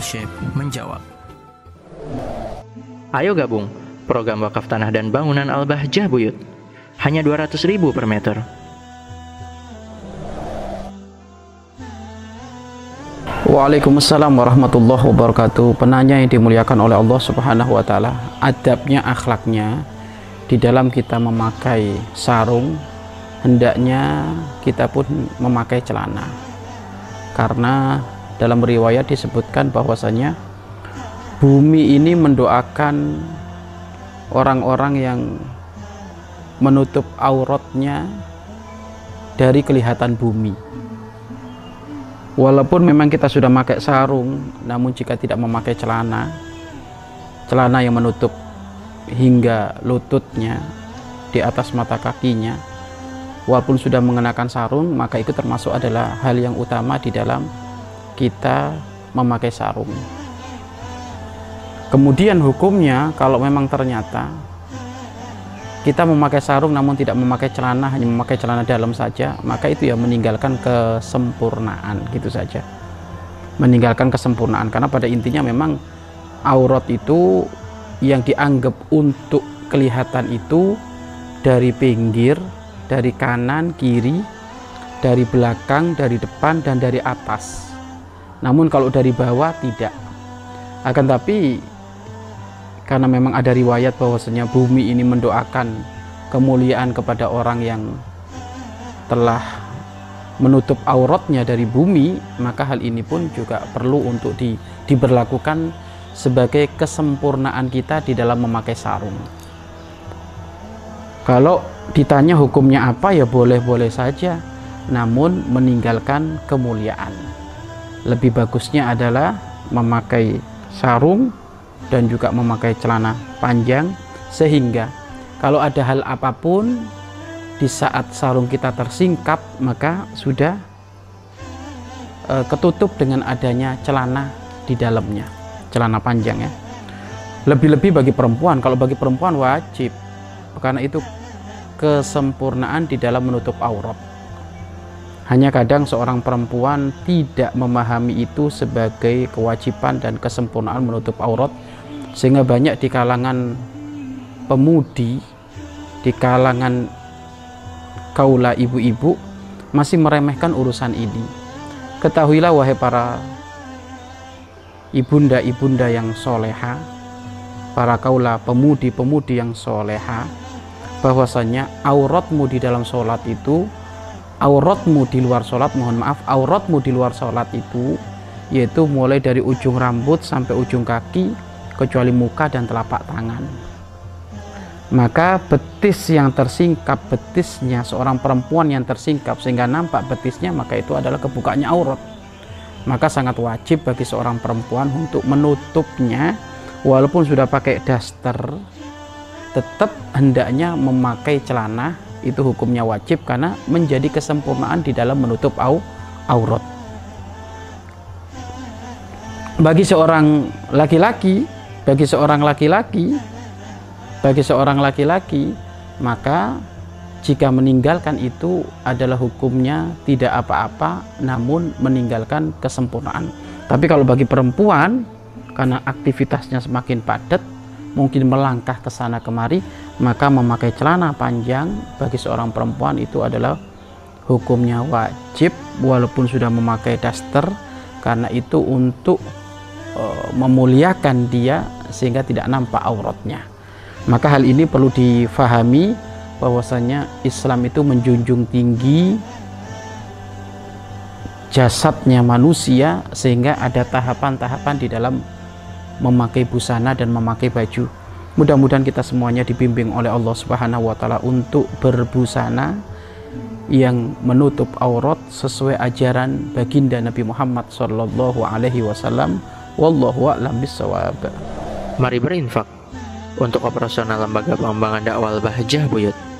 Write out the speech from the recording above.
Syekh menjawab. Ayo gabung program wakaf tanah dan bangunan Al-Bahjah Buyut. Hanya 200.000 per meter. Waalaikumsalam warahmatullahi wabarakatuh. Penanya yang dimuliakan oleh Allah Subhanahu wa taala, adabnya, akhlaknya di dalam kita memakai sarung, hendaknya kita pun memakai celana. Karena dalam riwayat disebutkan bahwasanya bumi ini mendoakan orang-orang yang menutup auratnya dari kelihatan bumi. Walaupun memang kita sudah pakai sarung, namun jika tidak memakai celana yang menutup hingga lututnya, di atas mata kakinya, walaupun sudah mengenakan sarung, maka itu termasuk adalah hal yang utama di dalam kita memakai sarung. Kemudian hukumnya, kalau memang ternyata kita memakai sarung namun tidak memakai celana, hanya memakai celana dalam saja, maka itu ya meninggalkan kesempurnaan, gitu saja. Meninggalkan kesempurnaan, karena pada intinya memang aurat itu yang dianggap untuk kelihatan itu dari pinggir, dari kanan, kiri, dari belakang, dari depan, dan dari atas. Namun kalau dari bawah tidak. Akan tapi karena memang ada riwayat bahwasanya bumi ini mendoakan kemuliaan kepada orang yang telah menutup auratnya dari bumi, maka hal ini pun juga perlu untuk diberlakukan sebagai kesempurnaan kita di dalam memakai sarung. Kalau ditanya hukumnya apa, ya boleh-boleh saja, namun meninggalkan kemuliaan. Lebih bagusnya adalah memakai sarung dan juga memakai celana panjang, sehingga kalau ada hal apapun di saat sarung kita tersingkap, maka sudah ketutup dengan adanya celana di dalamnya, celana panjang ya. Lebih-lebih bagi perempuan, kalau bagi perempuan wajib, karena itu kesempurnaan di dalam menutup aurat. Hanya kadang seorang perempuan tidak memahami itu sebagai kewajiban dan kesempurnaan menutup aurat, sehingga banyak di kalangan pemudi, di kalangan kaula ibu-ibu masih meremehkan urusan ini. Ketahuilah wahai para ibunda-ibunda yang soleha, para kaula pemudi-pemudi yang soleha, bahwasanya auratmu di dalam sholat itu, auratmu di luar sholat, mohon maaf, auratmu di luar sholat itu yaitu mulai dari ujung rambut sampai ujung kaki, kecuali muka dan telapak tangan. Maka betis yang tersingkap, betisnya seorang perempuan yang tersingkap sehingga nampak betisnya, maka itu adalah kebukaannya aurat. Maka sangat wajib bagi seorang perempuan untuk menutupnya. Walaupun sudah pakai daster, tetap hendaknya memakai celana. Itu hukumnya wajib karena menjadi kesempurnaan di dalam menutup aurat. Bagi seorang laki-laki, maka jika meninggalkan itu adalah hukumnya tidak apa-apa, namun meninggalkan kesempurnaan. Tapi kalau bagi perempuan, karena aktivitasnya semakin padat, mungkin melangkah ke sana kemari, maka memakai celana panjang bagi seorang perempuan itu adalah hukumnya wajib, walaupun sudah memakai daster, karena itu untuk memuliakan dia sehingga tidak nampak auratnya. Maka hal ini perlu difahami bahwasanya Islam itu menjunjung tinggi jasadnya manusia, sehingga ada tahapan-tahapan di dalam memakai busana dan memakai baju. Mudah-mudahan kita semuanya dibimbing oleh Allah Subhanahu wa taala untuk berbusana yang menutup aurat sesuai ajaran baginda Nabi Muhammad sallallahu alaihi wasallam. Wallahu a'lam bishawab. Mari berinfak untuk operasional lembaga pengembangan dakwah Al-Bahjah Buyut.